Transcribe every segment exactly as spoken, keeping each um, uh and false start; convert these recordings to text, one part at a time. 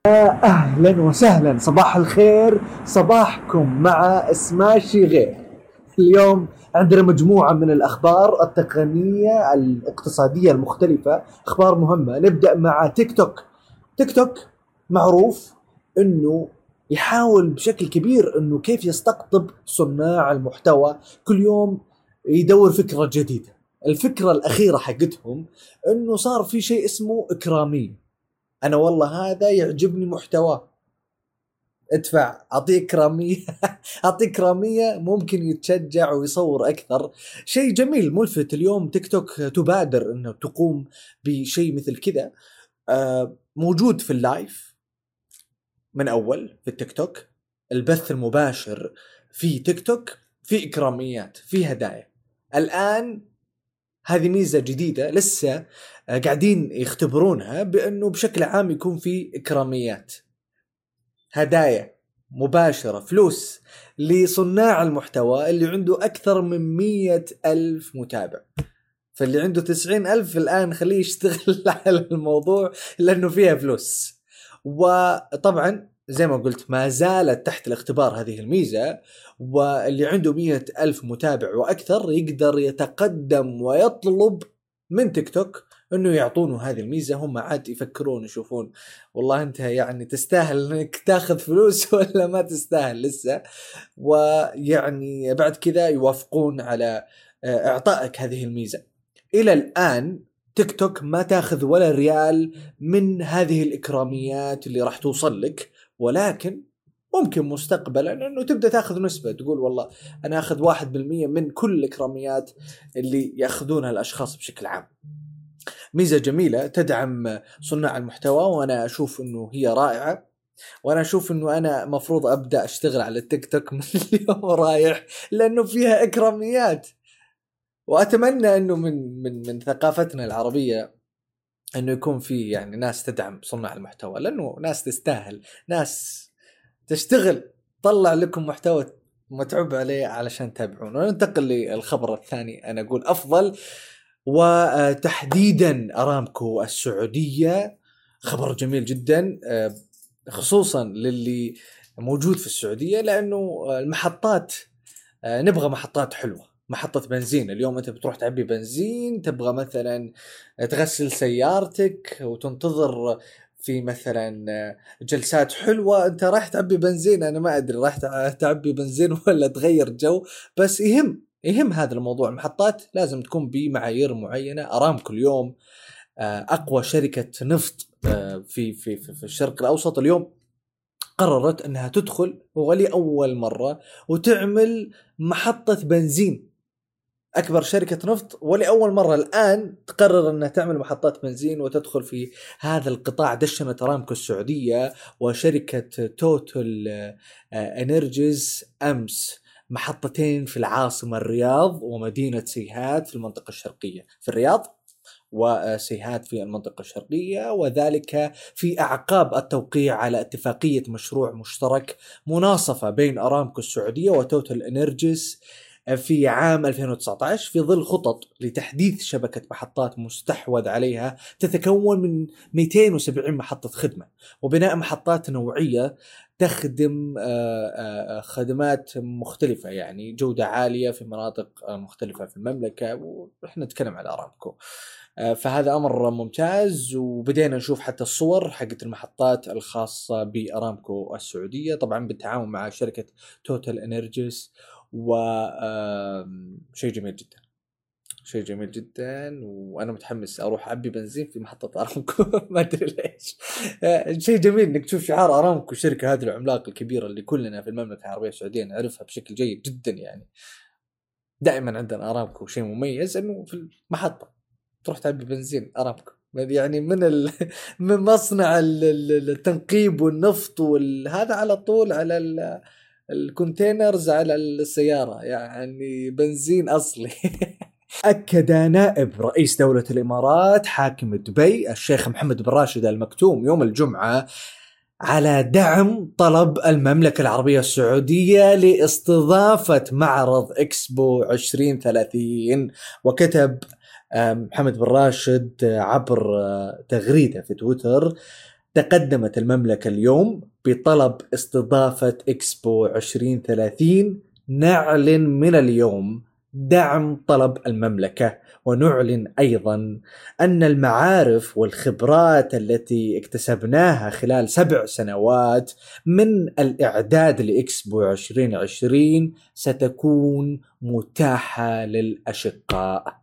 أهلا وسهلا، صباح الخير، صباحكم مع سماشي غير. اليوم عندنا مجموعة من الأخبار التقنية الاقتصادية المختلفة، أخبار مهمة. نبدأ مع تيك توك. تيك توك معروف أنه يحاول بشكل كبير أنه كيف يستقطب صناع المحتوى، كل يوم يدور فكرة جديدة. الفكرة الأخيرة حقتهم أنه صار في شيء اسمه إكرامية. أنا والله هذا يعجبني محتواه، ادفع أعطيه كرامية أعطيه كرامية، ممكن يتشجع ويصور أكثر. شيء جميل ملفت. اليوم تيك توك تبادر أنه تقوم بشيء مثل كذا. آه موجود في اللايف من أول في التيك توك، البث المباشر في تيك توك، في إكراميات، في هدايا. الآن هذه ميزة جديدة لسه قاعدين يختبرونها، بأنه بشكل عام يكون في إكراميات، هدايا مباشرة، فلوس لصناع المحتوى اللي عنده أكثر من مية ألف متابع. فاللي عنده تسعين ألف الآن خليه يشتغل على الموضوع لأنه فيها فلوس. وطبعا زي ما قلت ما زالت تحت الاختبار هذه الميزة، واللي عنده مية ألف متابع وأكثر يقدر يتقدم ويطلب من تيك توك انه يعطونه هذه الميزة. هم عاد يفكرون يشوفون والله انت يعني تستاهل انك تاخذ فلوس ولا ما تستاهل لسه، ويعني بعد كذا يوافقون على اعطائك هذه الميزة. الى الان تيك توك ما تاخذ ولا ريال من هذه الاكراميات اللي راح توصل لك، ولكن ممكن مستقبلا انه تبدا تاخذ نسبه، تقول والله انا اخذ واحد بالمية من كل الاكراميات اللي ياخذونها الاشخاص بشكل عام. ميزه جميله تدعم صناع المحتوى، وانا اشوف انه هي رائعه. وانا اشوف انه انا مفروض ابدا اشتغل على التيك توك من اليوم رايح، لانه فيها اكراميات. واتمنى انه من من من ثقافتنا العربيه انه يكون في يعني ناس تدعم صناع المحتوى، لانه ناس تستاهل، ناس تشتغل طلع لكم محتوى متعوب عليه علشان تتابعون. وننتقل للخبر الثاني، انا اقول افضل، وتحديدا ارامكو السعوديه. خبر جميل جدا، خصوصا للي موجود في السعوديه، لانه المحطات نبغى محطات حلوه. محطة بنزين اليوم انت بتروح تعبي بنزين، تبغى مثلا تغسل سيارتك وتنتظر في مثلا جلسات حلوة، انت راح تعبي بنزين. انا ما ادري راح تعبي بنزين ولا تغير جو، بس يهم يهم هذا الموضوع. المحطات لازم تكون بمعايير معينة. ارامكو اليوم اقوى شركة نفط في في في الشرق الاوسط، اليوم قررت انها تدخل ولأول مرة وتعمل محطة بنزين. اكبر شركة نفط ولأول مرة الان تقرر انها تعمل محطات بنزين وتدخل في هذا القطاع. دشنت ارامكو السعودية وشركة توتال انرجيز امس محطتين في العاصمة الرياض ومدينة سيهات في المنطقة الشرقية، في الرياض وسيهات في المنطقة الشرقية، وذلك في أعقاب التوقيع على اتفاقية مشروع مشترك مناصفة بين أرامكو السعودية وتوتال إنرجيز في عام ألفين وتسعة عشر، في ظل خطط لتحديث شبكة محطات مستحوذ عليها تتكون من مئتين وسبعين محطة خدمة، وبناء محطات نوعية تخدم خدمات مختلفة، يعني جودة عالية في مناطق مختلفة في المملكة. ونحن نتكلم على أرامكو، فهذا أمر ممتاز. وبدينا نشوف حتى الصور حقت المحطات الخاصة بأرامكو السعودية، طبعا بالتعاون مع شركة توتال إنرجيز، وشيء جميل جدا، شيء جميل جدا. وانا متحمس اروح اعبي بنزين في محطة ارامكو ما ادري ليش. شيء جميل انك تشوف شعار ارامكو، الشركة هذه العملاق الكبيرة اللي كلنا في المملكة العربية السعودية نعرفها بشكل جيد جدا. يعني دائما عندنا ارامكو شيء مميز انه في المحطة تروح تعبي بنزين ارامكو، يعني من ال... من مصنع التنقيب والنفط والهذا على طول على ال... الكونتينرز على السيارة، يعني بنزين أصلي. أكد نائب رئيس دولة الإمارات حاكم دبي الشيخ محمد بن راشد آل مكتوم يوم الجمعة على دعم طلب المملكة العربية السعودية لاستضافة معرض إكسبو عشرين ثلاثين. وكتب محمد بن راشد عبر تغريدة في تويتر: تقدمت المملكة اليوم بطلب استضافة إكسبو عشرين ثلاثين. نعلن من اليوم دعم طلب المملكة، ونعلن أيضا أن المعارف والخبرات التي اكتسبناها خلال سبع سنوات من الإعداد لإكسبو عشرين عشرين ستكون متاحة للأشقاء.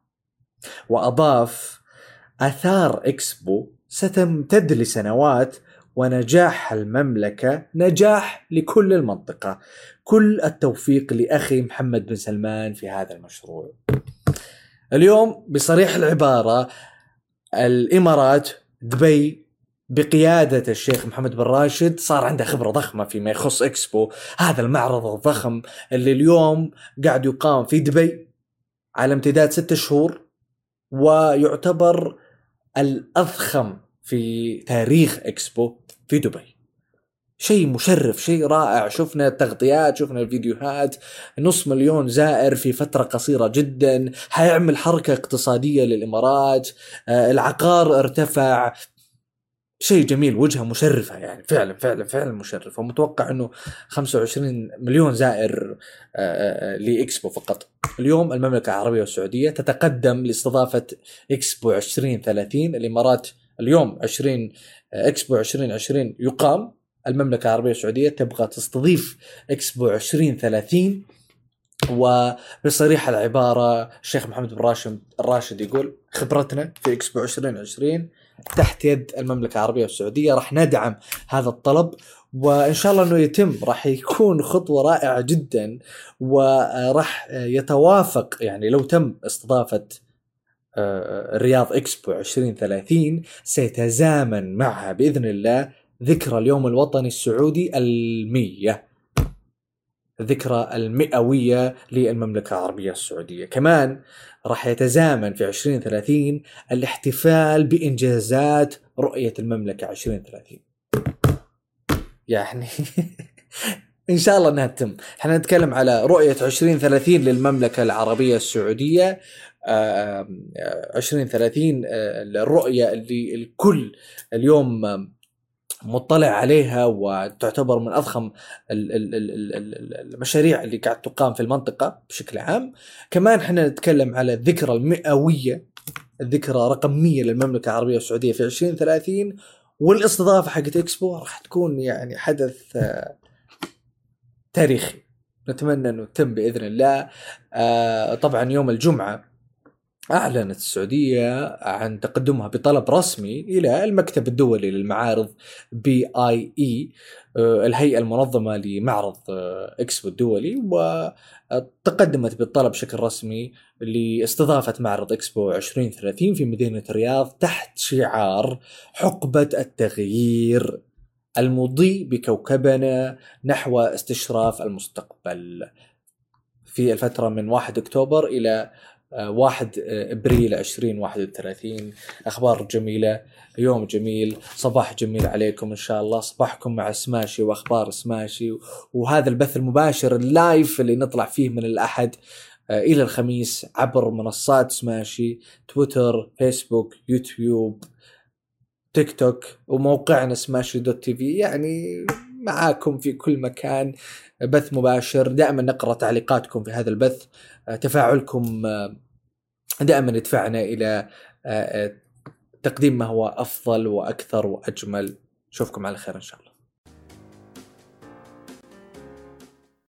وأضاف: آثار إكسبو ستمتد لسنوات، ونجاح المملكة نجاح لكل المنطقة. كل التوفيق لأخي محمد بن سلمان في هذا المشروع. اليوم بصريح العبارة الإمارات، دبي بقيادة الشيخ محمد بن راشد صار عنده خبرة ضخمة فيما يخص إكسبو، هذا المعرض الضخم اللي اليوم قاعد يقام في دبي على امتداد ستة شهور، ويعتبر الأضخم في تاريخ إكسبو في دبي. شيء مشرف، شيء رائع. شفنا التغطيات، شفنا الفيديوهات، نص مليون زائر في فترة قصيرة جدا، حيعمل حركة اقتصادية للإمارات، آه العقار ارتفع، شيء جميل، وجهة مشرفة يعني، فعلا فعلا فعلا مشرف. ومتوقع أنه خمسة وعشرين مليون زائر آه لإكسبو فقط. اليوم المملكة العربية والسعودية تتقدم لاستضافة إكسبو عشرين ثلاثين. الإمارات اليوم عشرين إكسبو عشرين عشرين يقام، المملكة العربية السعودية تبغى تستضيف إكسبو عشرين ثلاثين. وبصريح العبارة الشيخ محمد بن راشد الراشد يقول: خبرتنا في إكسبو عشرين عشرين تحت يد المملكة العربية والسعودية، راح ندعم هذا الطلب، وإن شاء الله أنه يتم. راح يكون خطوة رائعة جدا، وراح يتوافق يعني لو تم استضافة الرياض إكسبو عشرين ثلاثين سيتزامن معها بإذن الله ذكرى اليوم الوطني السعودي المية، ذكرى المئوية للمملكة العربية السعودية. كمان راح يتزامن في عشرين ثلاثين الاحتفال بإنجازات رؤية المملكة عشرين ثلاثين يعني إن شاء الله أنها تتم. احنا نتكلم على رؤية عشرين ثلاثين للمملكة العربية السعودية. عشرين ثلاثين الرؤية اللي الكل اليوم مطلع عليها، وتعتبر من أضخم المشاريع اللي قاعد تقام في المنطقة بشكل عام. كمان احنا نتكلم على الذكرى المئوية، الذكرى رقم مية للمملكة العربية السعودية في عشرين ثلاثين، والاستضافة حقت إكسبو راح تكون يعني حدث تاريخي. نتمنى أنه تم بإذن الله. طبعا يوم الجمعة أعلنت السعودية عن تقدمها بطلب رسمي إلى المكتب الدولي للمعارض بي آي إي، الهيئة المنظمة لمعرض إكسبو الدولي، وتقدمت بالطلب بشكل رسمي لاستضافة معرض إكسبو عشرين ثلاثين في مدينة الرياض تحت شعار حقبة التغيير المضي بكوكبنا نحو استشراف المستقبل، في الفترة من واحد أكتوبر إلى واحد أبريل عشرين واحد وثلاثين. أخبار جميلة، يوم جميل، صباح جميل عليكم إن شاء الله. صباحكم مع سماشي وأخبار سماشي، وهذا البث المباشر اللايف اللي نطلع فيه من الأحد إلى الخميس عبر منصات سماشي، تويتر، فيسبوك، يوتيوب، تيك توك، وموقعنا سماشي دوت تي في. يعني معاكم في كل مكان، بث مباشر. دائما نقرأ تعليقاتكم في هذا البث، تفاعلكم دائما يدفعنا إلى تقديم ما هو أفضل وأكثر وأجمل. نشوفكم على خير إن شاء الله.